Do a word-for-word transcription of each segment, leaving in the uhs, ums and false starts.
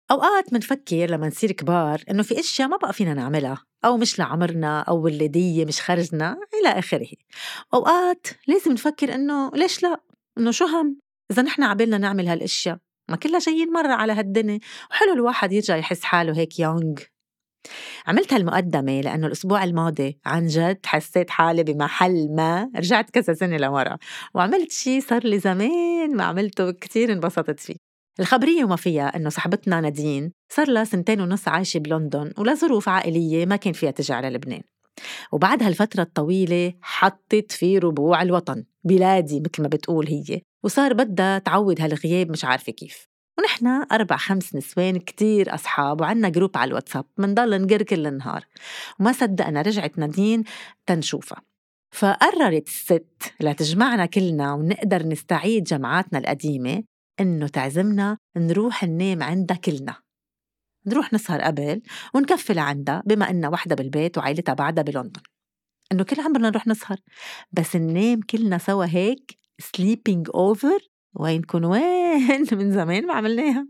أوقات منفكر لما نصير كبار إنه في أشياء ما بقى فينا نعملها، أو مش لعمرنا، أو ولادية مش خرجنا إلى آخره. أوقات لازم نفكر إنه ليش لا، إنه شو هم إذا نحن عبالنا نعمل هالأشياء، ما كلها جايين مرة على هالدنيا، وحلو الواحد يرجع يحس حاله هيك يونغ. عملت هالمقدمة لأنه الأسبوع الماضي عن جد حسيت حالي بمحل ما رجعت كذا سنة لورا، وعملت شي صار لي زمان ما عملته، كتير انبسطت فيه. الخبرية وما فيها إنه صاحبتنا نادين صار لها سنتين ونص عايشة بلندن، ولظروف عائلية ما كان فيها تجي على لبنان، وبعد هالفترة الطويلة حطت في ربوع الوطن بلادي مثل ما بتقول هي، وصار بدها تعود هالغياب مش عارفة كيف. ونحن أربع خمس نسوان كتير أصحاب، وعنا جروب على الواتساب منضل نقر كل النهار، وما صدقنا رجعت نادين تنشوفها. فقررت الست لتجمعنا كلنا ونقدر نستعيد جمعاتنا القديمة إنه تعزمنا نروح ننام عندها كلنا، نروح نسهر قبل ونكفل عندها بما إنها وحدة بالبيت وعائلتها بعدها بلندن، إنه كل عمرنا نروح نسهر بس ننام كلنا سوا هيك sleeping over. وينكن وين من زمان ما عملناها.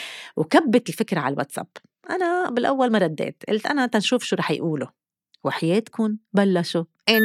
وكبت الفكرة على الواتساب. أنا بالأول ما رديت، قلت أنا تنشوف شو رح يقولوا، وحياتكن بلشوا إن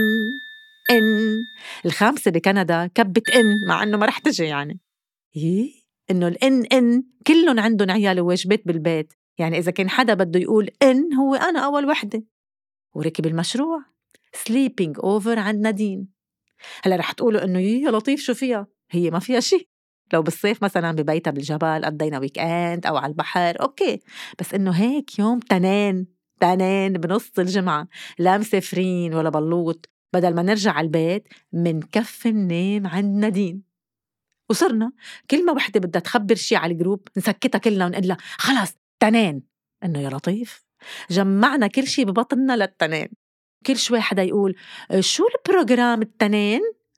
إن الخامسة بكندا كبت إن مع إنه ما رح تجي يعني إيه؟ إنه الإن إن كلهم عندهم عيال وواجبات بالبيت، يعني إذا كان حدا بده يقول إن هو أنا أول وحدة. وركب المشروع sleeping over عند نادين. هلا رح تقولوا إنه يا لطيف شو فيها، هي ما فيها شي، لو بالصيف مثلا ببيتها بالجبل قضينا ويك اند أو على البحر أوكي، بس إنه هيك يوم تنين تنين بنص الجمعة لا مسافرين ولا بلوط، بدل ما نرجع على البيت منكفي ننام عند نادين. وصرنا كل ما وحدة بدها تخبر شي على الجروب نسكتها كلنا ونقول لها خلاص تنين، إنه يا لطيف جمعنا كل شي ببطننا للتنين. كل شوي حدا يقول شو البروجرام التنين،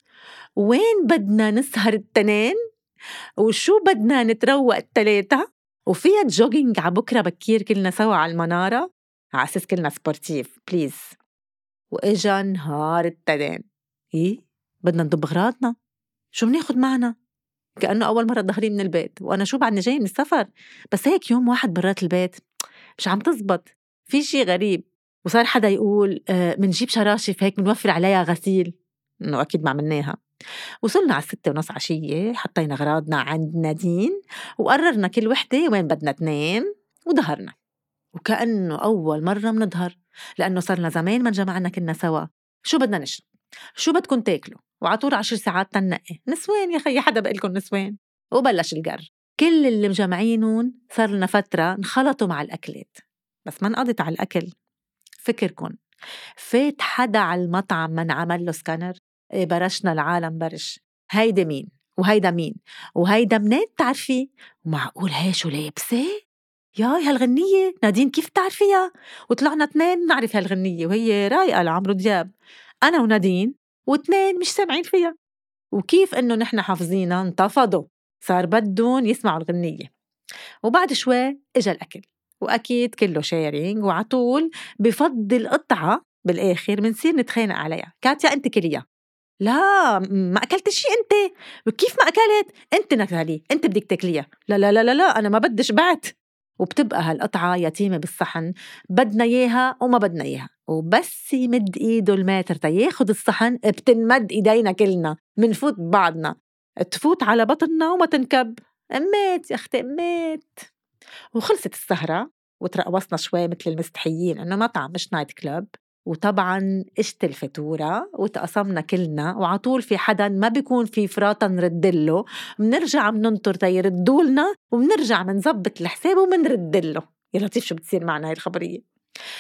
وين بدنا نسهر التنين، وشو بدنا نتروق التلاتة، وفيها جوجينج على بكرة بكير كلنا سوا على المنارة على أساس كلنا سبورتيف بليز. وإجا نهار التنين، إيه بدنا ندب غراضنا، شو بناخد معنا، كأنه أول مرة ظهري من البيت وأنا شو بعدني جاي من السفر، بس هيك يوم واحد برات البيت مش عم تزبط، في شي غريب. وصار حدا يقول آه منجيب شراشف هيك منوفر عليها غسيل، إنه أكيد ما عملناها. وصلنا على الستة ونص عشية، حطينا غراضنا عند نادين وقررنا كل وحدة وين بدنا تنام وظهرنا، وكأنه أول مرة منظهر لأنه صارنا زمان ما جمعنا كنا سوا. شو بدنا نشرب، شو بدكن تاكلوا، وعطول عشر ساعات تنقي نسوان يا خي، حدا بقلكن نسوان. وبلش القر، كل اللي مجمعينون صار لنا فترة انخلطوا مع الأكلات، بس ما انقضت على الأكل. فكركن فات حدا على المطعم ما نعمل له سكانر؟ إيه برشنا العالم برش، هيدا مين وهيدا مين وهيدا منين تعرفي، ومعقول هي شو لابسة، ياي هالغنية نادين كيف تعرفيها؟ وطلعنا اثنين نعرف هالغنية وهي رايقة لعمرو دياب، أنا ونادين واثنين مش سامعين فيها. وكيف إنه نحن حافظينها انتفضوا، صار بدون يسمعوا الغنية. وبعد شوي إجا الأكل، وأكيد كله شيرينج، وعطول بفضل قطعة بالآخر منصير نتخانق عليها، كاتيا أنت كليها، لا ما أكلت شي أنت، كيف ما أكلت أنت نكالي، أنت بدك تاكليها، لا لا لا لا, لا أنا ما بدي شبعت. وبتبقى هالقطعة يتيمة بالصحن، بدنا إياها وما بدنا إياها، وبس يمد إيده الماتر تياخد الصحن بتنمد إيدينا كلنا منفوت بعضنا، تفوت على بطننا وما تنكب. أمات يا أختي أمات. وخلصت السهرة وترقوصنا شوي مثل المستحيين إنه مطعم مش نايت كلاب، وطبعاً اشت الفاتورة وتقسمنا كلنا، وعطول في حدا ما بيكون في فراطة نردله، منرجع مننطر تيردولنا ومنرجع منزبط الحساب ومنردله. يا لطيف شو بتصير معنا هاي الخبرية.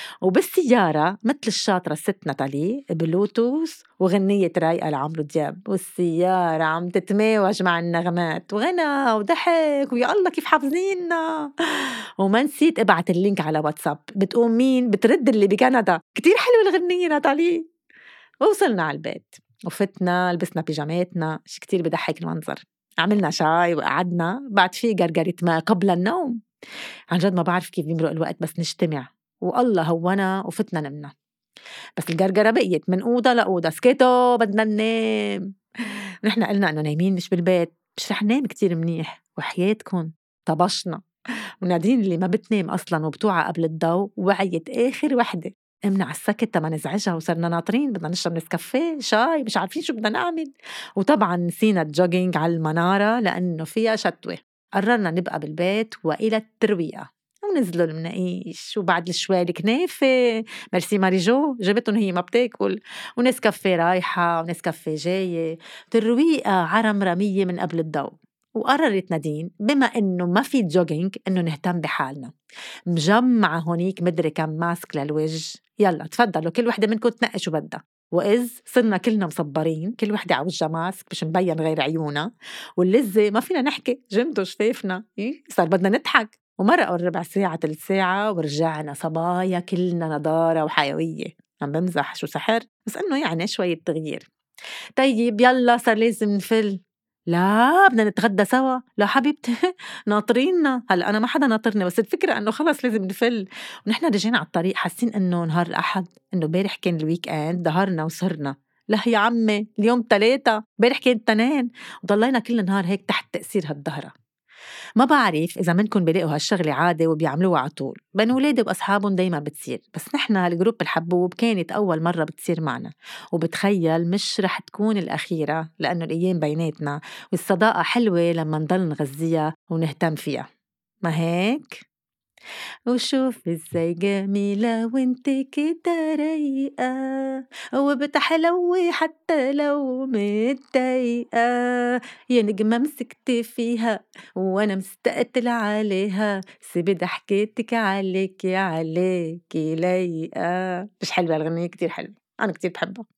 وبالسيارة مثل الشاطرة ست ناتالي بلوتوث وغنية رايقة لعمرو دياب، والسيارة عم تتماوج مع النغمات وغنى وضحك ويا الله كيف حافظيننا. وما نسيت ابعت اللينك على واتساب، بتقوم مين بترد اللي بكندا كتير حلوة الغنية ناتالي. ووصلنا على البيت وفتنا لبسنا بيجاماتنا، شي كتير بضحك المنظر. عملنا شاي وقعدنا، بعد فيه قرقرة ما قبل النوم. عن جد ما بعرف كيف بيمرق الوقت بس نجتمع، والله هونا وفتنا نمنا. بس القرقرة بقيت من أوضة لأوضة، سكيتو بدنا ننام. نحن قلنا إنه نايمين مش بالبيت، مش رح ننام كتير منيح، وحياتكن طبشنا ونادين اللي ما بتنام أصلاً وبتوعى قبل الضوء وعيت آخر وحدة. قمنا على السكت تما نزعجها وصرنا ناطرين بدنا نشرب نسكافيه شاي مش عارفين شو بدنا نعمل. وطبعاً نسينا الجوجينج على المنارة لأنه فيها شتوة. قررنا نبقى بالبيت وإلى الترويقة، ونزلوا المناقيش وبعد شوي الكنافة. ميرسي ماريجو جابتهم هي ما بتاكل، ونسكافيه رايحة ونسكافيه جاية، ترويقة عرم رمية من قبل الضوء. وقررت نادين بما إنه ما في جوجينج إنه نهتم بحالنا، مجمعة هونيك مدري كم ماسك للوجه، يلا تفضلوا كل وحدة منكم تنقي شو بدها. وإذ صرنا كلنا مصبرين، كل وحدة على وجهها ماسك مش مبين غير عيونها، واللزة ما فينا نحكي جمدوا شفافنا. إيه؟ صار بدنا نضحك. ومرقوا الربع ساعة تلت ساعة ورجعنا صبايا كلنا نضارة وحيوية. عم بمزح شو سحر، بس إنه يعني شوية تغيير. طيب يلا صار لازم نفل. لا بدنا نتغدى سوا. لا حبيبتي ناطريننا. هلا أنا ما حدا ناطرني، بس الفكرة إنه خلص لازم نفل. ونحن رجعنا على الطريق حاسين إنه نهار الأحد، إنه بارح كان الويك إند ظهرنا وصرنا. لا يا عمي اليوم تلاتة، بارح كان تنين، وضلينا كل نهار هيك تحت تأثير هالظهرة. ما بعرف إذا منكن بيلاقوا هالشغلة عادة وبيعملوها على طول. بين ولادي وأصحابهم دايما بتصير، بس نحن الجروب الحبوب كانت أول مرة بتصير معنا، وبتخيل مش رح تكون الأخيرة لأنه الأيام بيناتنا، والصداقة حلوة لما نضل نغذيها ونهتم فيها، ما هيك؟ وشوف ازاي جميلة وانت كده رايقة، وبتحلوي حتى لو متضايقة، يا نجمة مسكت فيها وانا مستقتل عليها، سيبي ضحكتك عليكي عليكي لايقة. مش حلوة الغنية؟ كتير حلوة، أنا كتير بحبها.